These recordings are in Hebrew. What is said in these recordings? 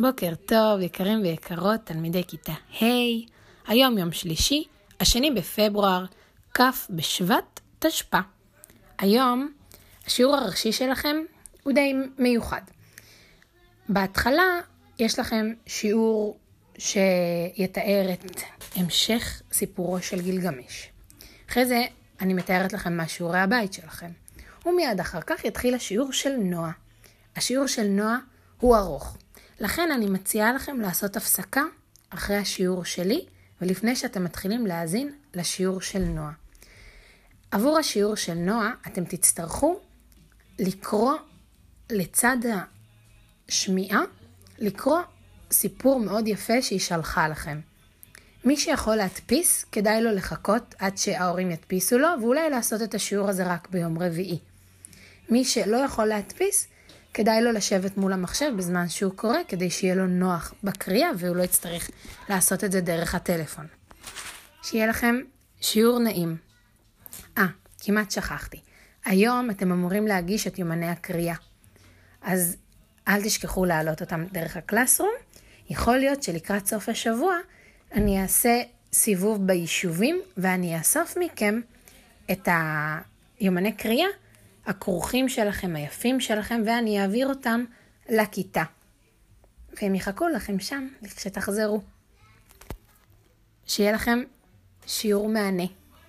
בוקר טוב, יקרים ויקרות, תלמידי כיתה ה'. היום יום שלישי, 2 בפברואר, כ' בשבט תשפ"א. היום השיעור הראשי שלכם הוא די מיוחד. בהתחלה יש לכם שיעור שיתאר את המשך סיפורו של גילגמש. אחרי זה אני מתארת לכם מה שיעורי הבית שלכם. ומיד אחר כך יתחיל השיעור של נועה. השיעור של נועה הוא ארוך. לכן אני מציעה לכם לעשות הפסקה אחרי השיעור שלי, ולפני שאתם מתחילים להאזין לשיעור של נועה. עבור השיעור של נועה אתם תצטרכו לקרוא לצד השמיעה, לקרוא סיפור מאוד יפה שהיא שלחה לכם. מי שיכול להדפיס, כדאי לו לחכות עד שההורים ידפיסו לו, ואולי לעשות את השיעור הזה רק ביום רביעי. מי שלא יכול להדפיס, כדאי לו לשבת מול המחשב בזמן שהוא קורא, כדי שיהיה לו נוח בקריאה, והוא לא יצטרך לעשות את זה דרך הטלפון. שיהיה לכם שיעור נעים. כמעט שכחתי. היום אתם אמורים להגיש את יומני הקריאה. אז אל תשכחו להעלות אותם דרך הקלאסרום. יכול להיות שלקראת סוף השבוע אני אעשה סיבוב ביישובים, ואני אאסוף מכם את היומני קריאה, הכרוכים שלכם, היפים שלכם, ואני אעביר אותם לכיתה. והם יחכו לכם שם כשתחזרו. שיהיה לכם שיעור מענה.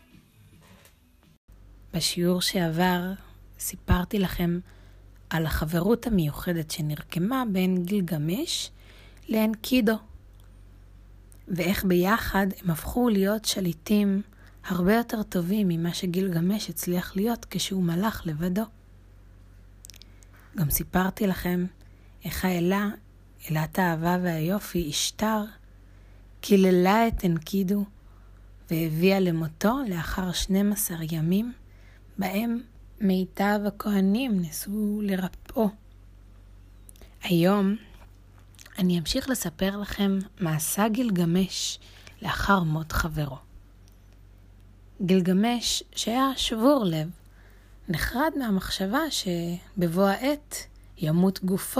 בשיעור שעבר סיפרתי לכם על החברות המיוחדת שנרקמה בין גילגמש לאנקידו. ואיך ביחד הם הפכו להיות שליטים הרבה יותר טובים ממה שגילגמש הצליח להיות כשהוא מלך לבדו. גם סיפרתי לכם איך האלה, אלת האהבה והיופי, אשתר, קיללה את אנקידו והביאה למותו לאחר 12 ימים, בהם מיטב הכהנים ניסו לרפאו. היום אני אמשיך לספר לכם מה עשה גילגמש לאחר מות חברו. גילגמש, שהיה שבור לב, נחרד מהמחשבה שבבוא העת ימות גופו,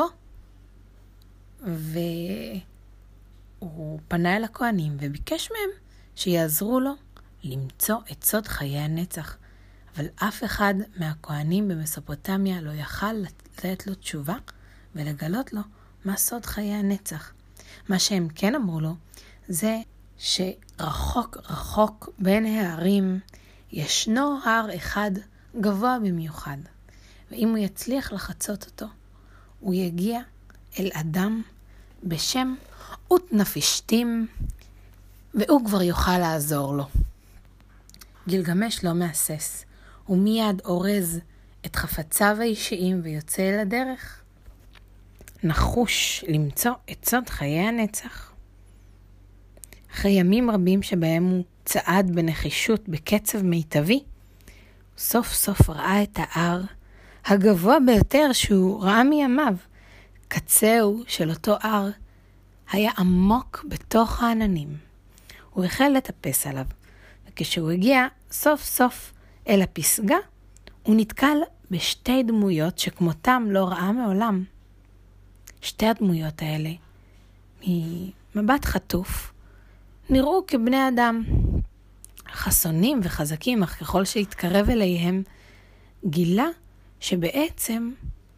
והוא פנה אל הכהנים וביקש מהם שיעזרו לו למצוא את סוד חיי הנצח. אבל אף אחד מהכהנים במסופוטמיה לא יכל לתת לו תשובה ולגלות לו מה סוד חיי הנצח. מה שהם כן אמרו לו זה שרחוק רחוק בין הערים ישנו הר אחד גבוה במיוחד, ואם הוא יצליח לחצות אותו הוא יגיע אל אדם בשם אוטנפישטים, והוא כבר יוכל לעזור לו. גילגמש לא מהסס, הוא מיד אורז את חפציו האישיים ויוצא אל הדרך, נחוש למצוא את סוד חיי הנצח. אחרי ימים רבים שבהם הוא צעד בנחישות בקצב מיטבי, סוף סוף ראה את ההר הגבוה ביותר שהוא ראה מימיו. קצהו של אותו הר היה עמוק בתוך העננים. הוא החל לטפס עליו, וכשהוא הגיע סוף סוף אל הפסגה, הוא נתקל בשתי דמויות שכמותם לא ראה מעולם. שתי הדמויות האלה, ממבט חטוף, נראו כבני אדם, חסונים וחזקים, אך ככל שהתקרב אליהם, גילה שבעצם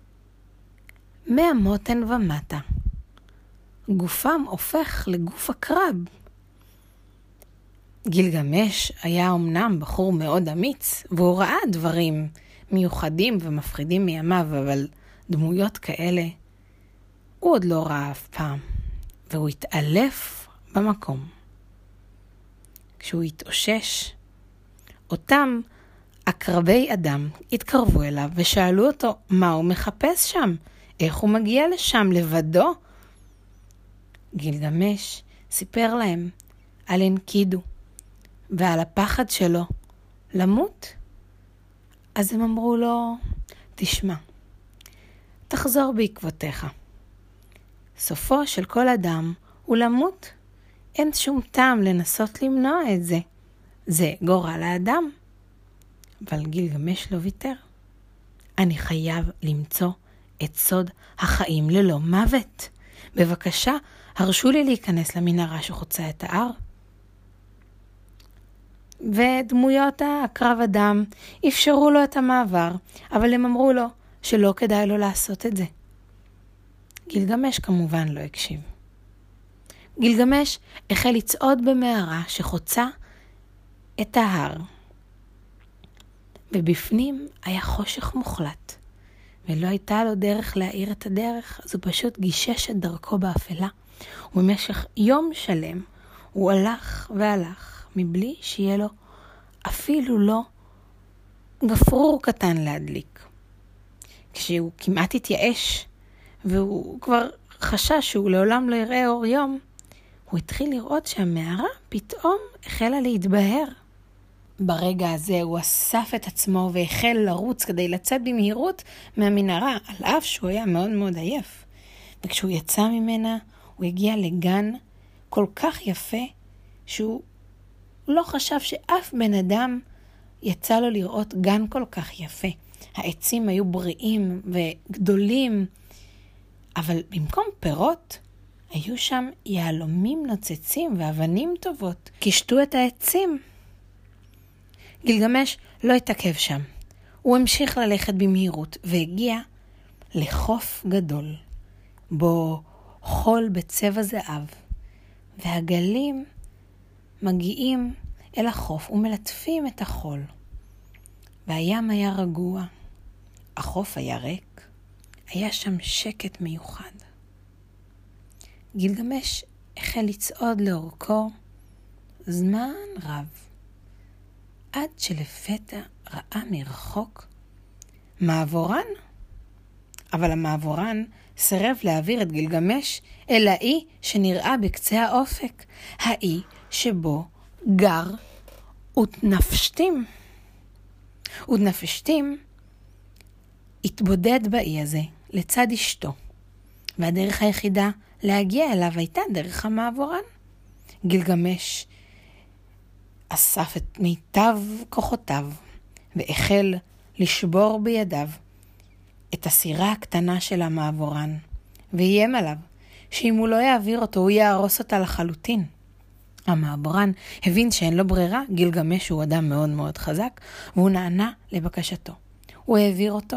מהמותן ומטה, גופם הופך לגוף הקרב. גילגמש היה אמנם בחור מאוד אמיץ, והוא ראה דברים מיוחדים ומפחידים מימיו, אבל דמויות כאלה הוא עוד לא ראה אף פעם, והוא התעלף במקום. כשהוא התאושש, אותם עקרבי אדם התקרבו אליו ושאלו אותו מה הוא מחפש שם, איך הוא מגיע לשם לבדו. גילגמש סיפר להם על אנקידו ועל הפחד שלו למות. אז הם אמרו לו, תשמע, תחזור בעקבותיך. סופו של כל אדם הוא למות. אין שום טעם לנסות למנוע את זה. זה גורל האדם. אבל גילגמש לא ויתר. אני חייב למצוא את סוד החיים ללא מוות. בבקשה, הרשו לי להיכנס למנהרה שחוצה את ההר. ודמויות הקרב הדם אפשרו לו את המעבר, אבל הם אמרו לו שלא כדאי לו לעשות את זה. גילגמש כמובן לא הקשיב. גילגמש החל לצעוד במערה שחוצה את ההר. ובפנים היה חושך מוחלט, ולא הייתה לו דרך להאיר את הדרך, אז הוא פשוט גישש את דרכו באפלה. ובמשך יום שלם הוא הלך והלך, מבלי שיהיה לו אפילו לא גפרור קטן להדליק. כשהוא כמעט התייאש, והוא כבר חשש שהוא לעולם לא יראה אור יום, הוא התחיל לראות שהמערה פתאום החלה להתבהר. ברגע הזה הוא אסף את עצמו והחל לרוץ כדי לצאת במהירות מהמנהרה, על אף שהוא היה מאוד מאוד עייף. וכשהוא יצא ממנה, הוא הגיע לגן כל כך יפה, שהוא לא חשב שאף בן אדם יצא לו לראות גן כל כך יפה. העצים היו בריאים וגדולים, אבל במקום פירות, היו שם יהלומים נוצצים ואבנים טובות, קישטו את העצים. גילגמש לא התעכב שם. הוא המשיך ללכת במהירות והגיע לחוף גדול, בו חול בצבע זהב, והגלים מגיעים אל החוף ומלטפים את החול. והים היה רגוע, החוף היה ריק, היה שם שקט מיוחד. גילגמש החל לצעוד לאורכו זמן רב, עד שלפתע ראה מרחוק מעבורן. אבל המעבורן סירב להעביר את גילגמש אל האי שנראה בקצה האופק, האי שבו גר אוטנפשטים. אוטנפשטים התבודד באי הזה לצד אשתו, והדרך היחידה להגיע אליו הייתה דרך המעבורן. גילגמש אסף את מיטב כוחותיו והחל לשבור בידיו את הסירה הקטנה של המעבורן, ואיים עליו שאם הוא לא יעביר אותו הוא יהרוס אותה לחלוטין. המעבורן הבין שאין לו ברירה, גילגמש הוא אדם מאוד מאוד חזק, והוא נענה לבקשתו. הוא העביר אותו,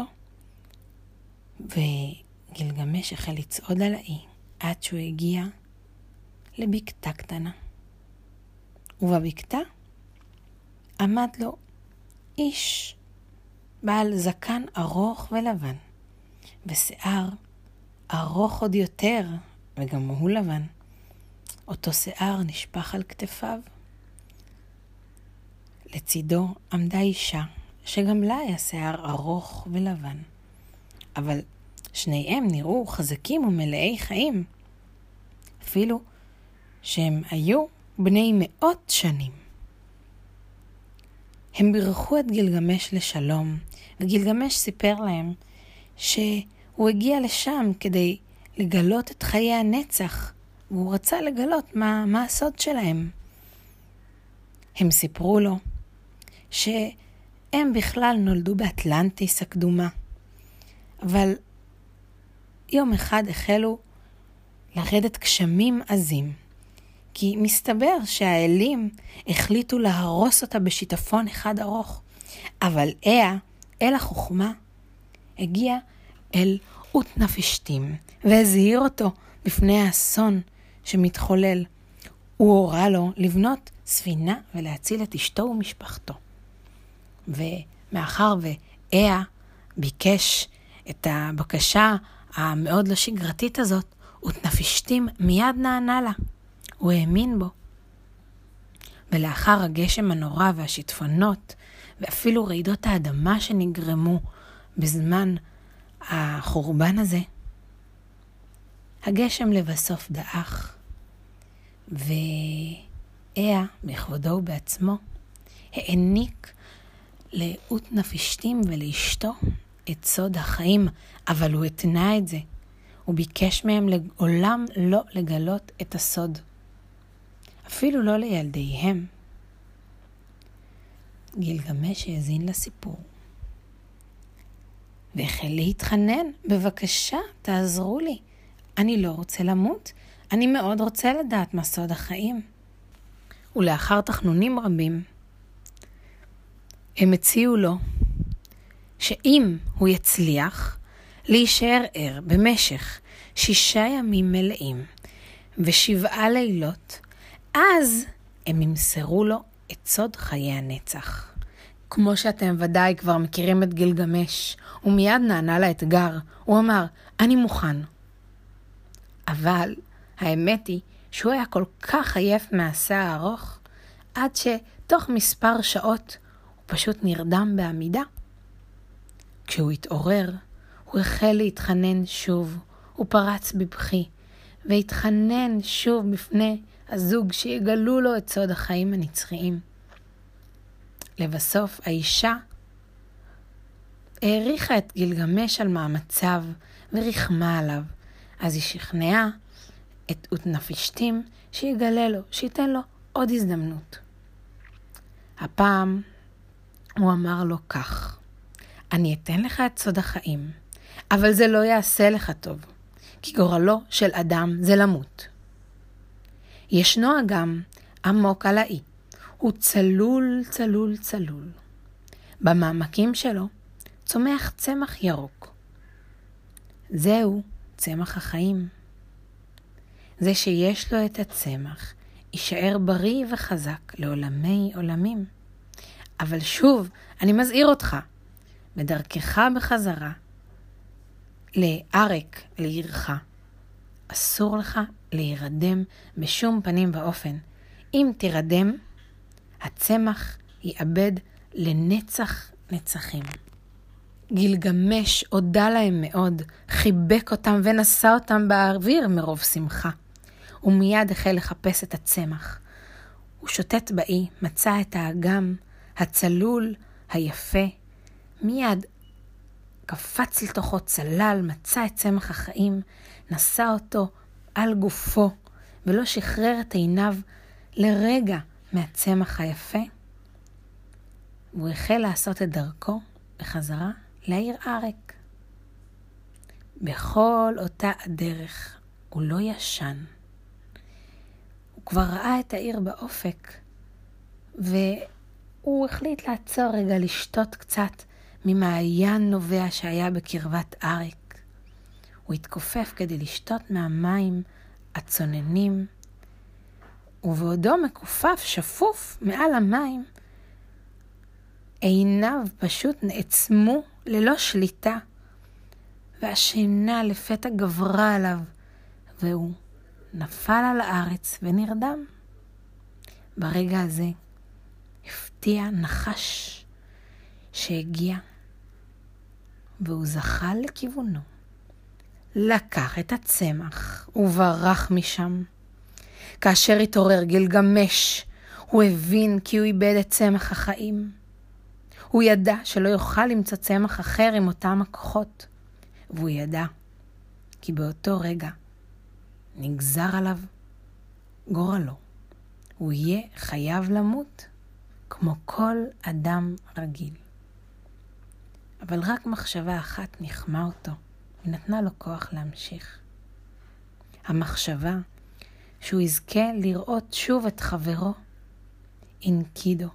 וגילגמש החל לצעוד על האי עד שהוא הגיע לבקתה קטנה. ובבקתה עמד לו איש בעל זקן ארוך ולבן, ושיער ארוך עוד יותר, וגם הוא לבן. אותו שיער נשפך על כתפיו. לצידו עמדה אישה, שגם לה היה שיער ארוך ולבן. אבל שניהם נראו חזקים ומלאי חיים, אפילו שהם היו בני 100 שנים. הם בירכו את גילגמש לשלום, וגילגמש סיפר להם שהוא הגיע לשם כדי לגלות את חיי הנצח, והוא רצה לגלות מה הסוד שלהם. הם סיפרו לו שהם בכלל נולדו באטלנטיס הקדומה, אבל יום אחד החלו לרדת גשמים עזים, כי מסתבר שהאלים החליטו להרוס אותה בשיטפון אחד ארוך. אבל אל החוכמה, הגיע אל אוטנפשטים והזהיר אותו בפני האסון שמתחולל. הוא הורה לו לבנות ספינה ולהציל את אשתו ומשפחתו. ומאחר ביקש את הבקשה המאוד לא שגרתית הזאת, אוטנפשטים מיד נענה לה. הוא האמין בו. ולאחר הגשם הנורא והשיטפונות, ואפילו רעידות האדמה שנגרמו בזמן החורבן הזה, הגשם לבסוף דעך, בכבודו ובעצמו העניק לאוטנפשטים ולאשתו את סוד החיים, אבל הוא התנה את זה. הוא ביקש מהם לעולם לא לגלות את הסוד, אפילו לא לילדיהם. גילגמש האזין לסיפור והחל להתחנן, בבקשה תעזרו לי, אני לא רוצה למות, אני מאוד רוצה לדעת מה סוד החיים. ולאחר תחנונים רבים, הם הציעו לו שאם הוא יצליח להישאר ער במשך 6 ימים מלאים ו7 לילות, אז הם ימסרו לו את סוד חיי הנצח. כמו שאתם ודאי כבר מכירים את גילגמש, הוא מיד נענה לאתגר. הוא אמר, אני מוכן. אבל האמת היא שהוא היה כל כך עייף מהמסע הארוך, עד שתוך מספר שעות הוא פשוט נרדם בעמידה. כשהוא התעורר, הוא החל להתחנן שוב. הוא פרץ בבכי, והתחנן שוב בפני הזוג שיגלו לו את סוד החיים הנצחיים. לבסוף האישה העריכה את גילגמש על מאמציו ורחמה עליו. אז היא שכנעה את אוטנפישטים שיגלה לו, שייתן לו עוד הזדמנות. הפעם הוא אמר לו כך, אני אתן לך את סוד החיים, אבל זה לא יעשה לך טוב, כי גורלו של אדם זה למות. ישנו אגם עמוק על האי, הוא צלול צלול צלול. במעמקים שלו צומח צמח ירוק. זהו צמח החיים. זה שיש לו את הצמח יישאר בריא וחזק לעולמי עולמים. אבל שוב, אני מזהיר אותך, בדרכך בחזרה לארק לעירך, אסור לך להירדם בשום פנים ואופן. אם תירדם, הצמח יאבד לנצח נצחים. גילגמש הודה להם מאוד, חיבק אותם ונשא אותם באוויר מרוב שמחה. הוא מיד החל לחפש את הצמח. הוא שוטט באי, מצא את האגם הצלול היפה. מיד קפץ לתוכו צלל, מצא את צמח החיים, נשא אותו על גופו, ולא שחרר את עיניו לרגע מהצמח היפה. והוא החל לעשות את דרכו בחזרה לעיר ארק. בכל אותה הדרך הוא לא ישן. הוא כבר ראה את העיר באופק, והוא החליט לעצור רגע לשתות קצת ממעיין נובע שהיה בקרבת ארק. הוא התכופף כדי לשתות מהמים הצוננים, ובעודו מכופף שפוף מעל המים, עיניו פשוט נעצמו ללא שליטה, והשינה לפתע גברה עליו, והוא נפל על הארץ ונרדם. ברגע הזה הפתיע נחש שהגיע, והוא זחל לכיוונו. לקח את הצמח וברח משם. כאשר התעורר גילגמש, הוא הבין כי הוא איבד את צמח החיים. הוא ידע שלא יוכל למצוא צמח אחר עם אותם הכוחות. והוא ידע כי באותו רגע נגזר עליו גורלו. הוא יהיה חייב למות כמו כל אדם רגיל. אבל רק מחשבה אחת נחמה אותו ונתנה לו כוח להמשיך. המחשבה שהוא יזכה לראות שוב את חברו, אינקידו.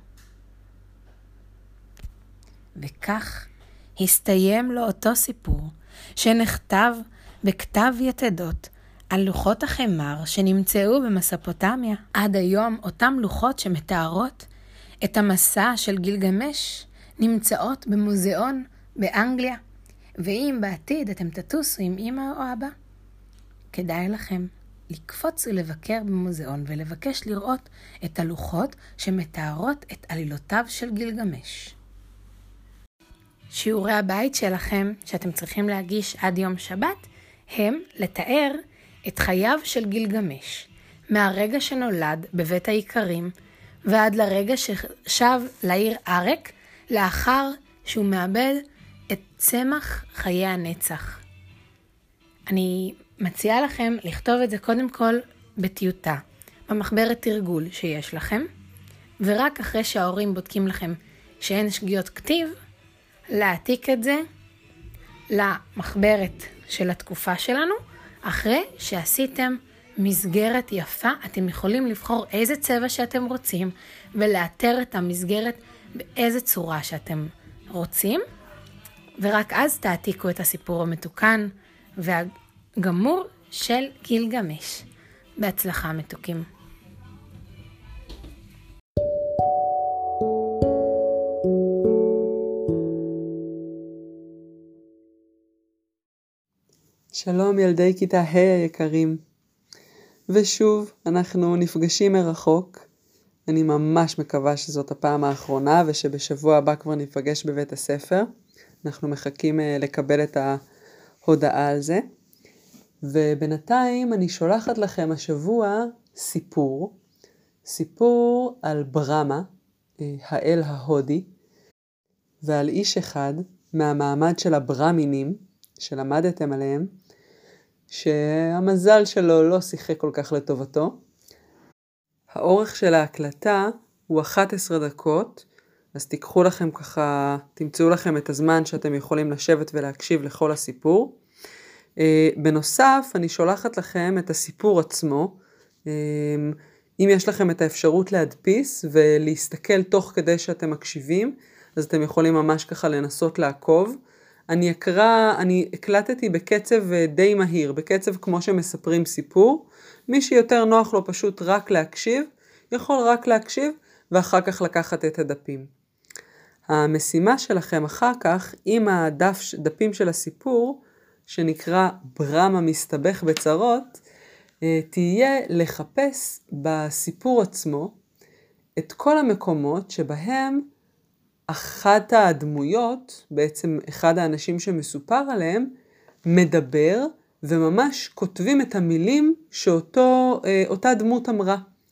וכך הסתיים לו אותו סיפור שנכתב בכתב יתדות על לוחות החמר שנמצאו במסופוטמיה. עד היום אותם לוחות שמתארות את המסע של גילגמש נמצאות במוזיאון באנגליה. ואם בעתיד אתם תטוסו עם אמא או אבא, כדאי לכם לקפוץ ולבקר במוזיאון ולבקש לראות את הלוחות שמתארות את עלילותיו של גילגמש. שיעורי הבית שלכם שאתם צריכים להגיש עד יום שבת הם לתאר את חייו של גילגמש, מהרגע שנולד בבית האיכרים ועד לרגע ששב לעיר ארק לאחר שהוא מאבד את צמח חיי הנצח. אני מציעה לכם לכתוב את זה קודם כל בטיוטה, במחברת תרגול שיש לכם, ורק אחרי שההורים בודקים לכם שאין שגיאות כתיב, להעתיק את זה למחברת של התקופה שלנו, אחרי שעשיתם מסגרת יפה, אתם יכולים לבחור איזה צבע שאתם רוצים, ולאתר את המסגרת באיזה צורה שאתם רוצים, ורק אז תעתיקו את הסיפור המתוקן והגמור של גילגמש. בהצלחה מתוקים. שלום ילדי כיתה ה' היקרים. ושוב אנחנו נפגשים מרחוק. אני ממש מקווה שזאת הפעם האחרונה ושבשבוע הבא כבר נפגש בבית הספר. אנחנו מחכים לקבל את ההודעה על זה. ובינתיים אני שולחת לכם השבוע סיפור על ברמה, האל ההודי, ועל איש אחד מהמעמד של הברמינים שלמדתם עליהם, שהמזל שלו לא שיחק כל כך לטובתו. האורך של ההקלטה הוא 11 דקות, אז תיקחו לכם תמצאו לכם את הזמן שאתם יכולים לשבת ולהקשיב לכל הסיפור. בנוסף, אני שולחת לכם את הסיפור עצמו. אם יש לכם את האפשרות להדפיס ולהסתכל תוך כדי שאתם מקשיבים, אז אתם יכולים ממש לנסות לעקוב. אני הקלטתי בקצב די מהיר, בקצב כמו שמספרים סיפור. מי שיותר נוח לו פשוט רק להקשיב, יכול רק להקשיב ואחר כך לקחת את הדפים. המשימה שלכם אחר כך, עם הדפים של הסיפור, שנקרא ברמה מסתבך בצרות, תהיה לחפש בסיפור עצמו את כל המקומות שבהם אחת הדמויות, בעצם אחד האנשים שמסופר עליהם, מדבר וממש כותבים את המילים שאותה דמות אמרה.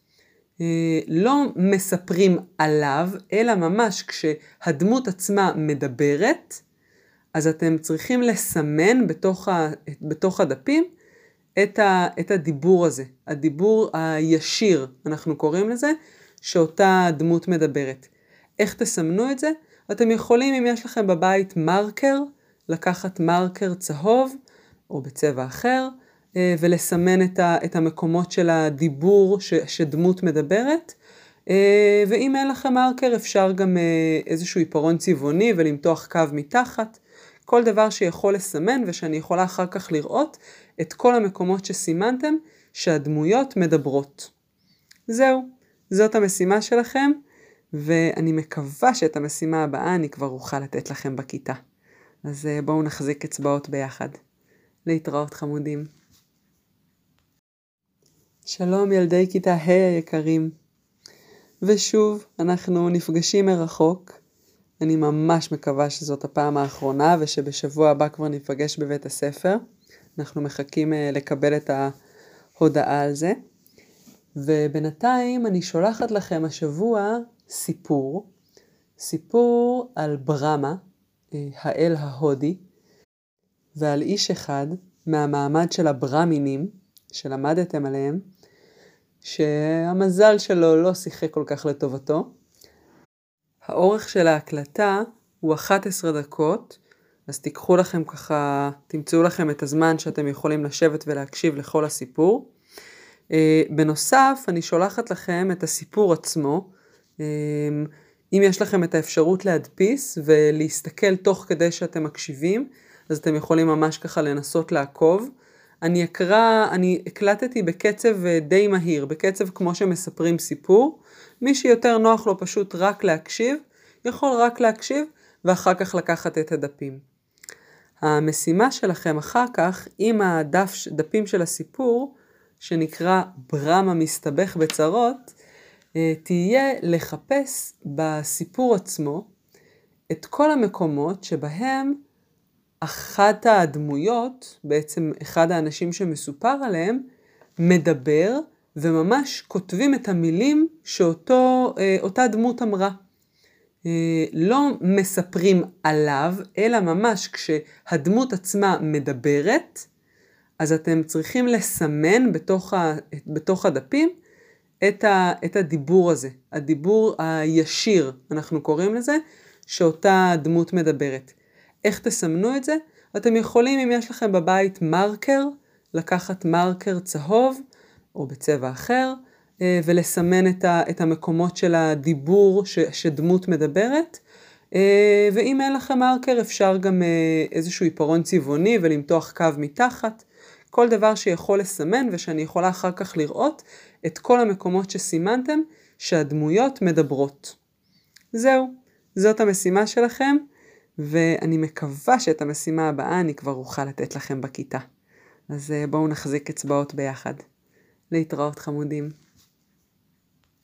לא מספרים עליו, אלא ממש כשהדמות עצמה מדברת, אז אתם צריכים לסמן בתוך הדפים את הדיבור הזה, הדיבור הישיר, אנחנו קוראים לזה, שאותה דמות מדברת. איך תסמנו את זה? אתם יכולים, אם יש לכם בבית מרקר, לקחת מרקר צהוב או בצבע אחר, ולסמן את המקומות של הדיבור שדמות מדברת. ואם אין לכם מרקר, אפשר גם איזשהו עיפרון צבעוני ולמתוח קו מתחת. כל דבר שיכול לסמן ושאני יכולה אחר כך לראות את כל המקומות שסימנתם שהדמויות מדברות. זהו, זאת המשימה שלכם. ואני מקווה שאת המשימה הבאה אני כבר אוכל לתת לכם בכיתה. אז בואו נחזיק אצבעות ביחד. להתראות חמודים. שלום ילדי כיתה ה' היקרים. ושוב אנחנו נפגשים מרחוק. אני ממש מקווה שזאת הפעם האחרונה ושבשבוע הבא כבר נפגש בבית הספר. אנחנו מחכים לקבל את ההודעה על זה. ובינתיים אני שולחת לכם השבוע סיפור על ברמה, האל ההודי, ועל איש אחד מהמעמד של הברמינים שלמדתם עליהם, שהמזל שלו לא שיחק כל כך לטובתו. האורך של ההקלטה הוא 11 דקות, אז תיקחו לכם תמצאו לכם את הזמן שאתם יכולים לשבת ולהקשיב לכל הסיפור. בנוסף, אני שולחת לכם את הסיפור עצמו. אם יש לכם את האפשרות להדפיס ולהסתכל תוך כדי שאתם מקשיבים, אז אתם יכולים ממש לנסות לעקוב. אני הקלטתי בקצב די מהיר, בקצב כמו שמספרים סיפור. מי שיותר נוח לו פשוט רק להקשיב, יכול רק להקשיב ואחר כך לקחת את הדפים. המשימה שלכם אחר כך, עם הדפים של הסיפור, שנקרא ברמה מסתבך בצרות, תהיה לחפש בסיפור עצמו את כל המקומות שבהם אחת הדמויות, בעצם אחד האנשים שמסופר עליהם, מדבר וממש כותבים את המילים שאותה דמות אמרה. לא מספרים עליו, אלא ממש כשהדמות עצמה מדברת, אז אתם צריכים לסמן בתוך הדפים את הדיבור הזה, הדיבור הישיר, אנחנו קוראים לזה, שאותה דמות מדברת. איך תסמנו את זה? אתם יכולים, אם יש לכם בבית מרקר, לקחת מרקר צהוב או בצבע אחר, ולסמן את המקומות של הדיבור שדמות מדברת. ואם אין לכם מרקר, אפשר גם איזשהו עיפרון צבעוני ולמתוח קו מתחת. כל דבר שיכול לסמן ושאני יכולה אחר כך לראות את כל המקומות שסימנתם שהדמויות מדברות. זהו, זאת המשימה שלכם, ואני מקווה שאת המשימה הבאה אני כבר אוכל לתת לכם בכיתה. אז בואו נחזיק אצבעות ביחד. להתראות חמודים.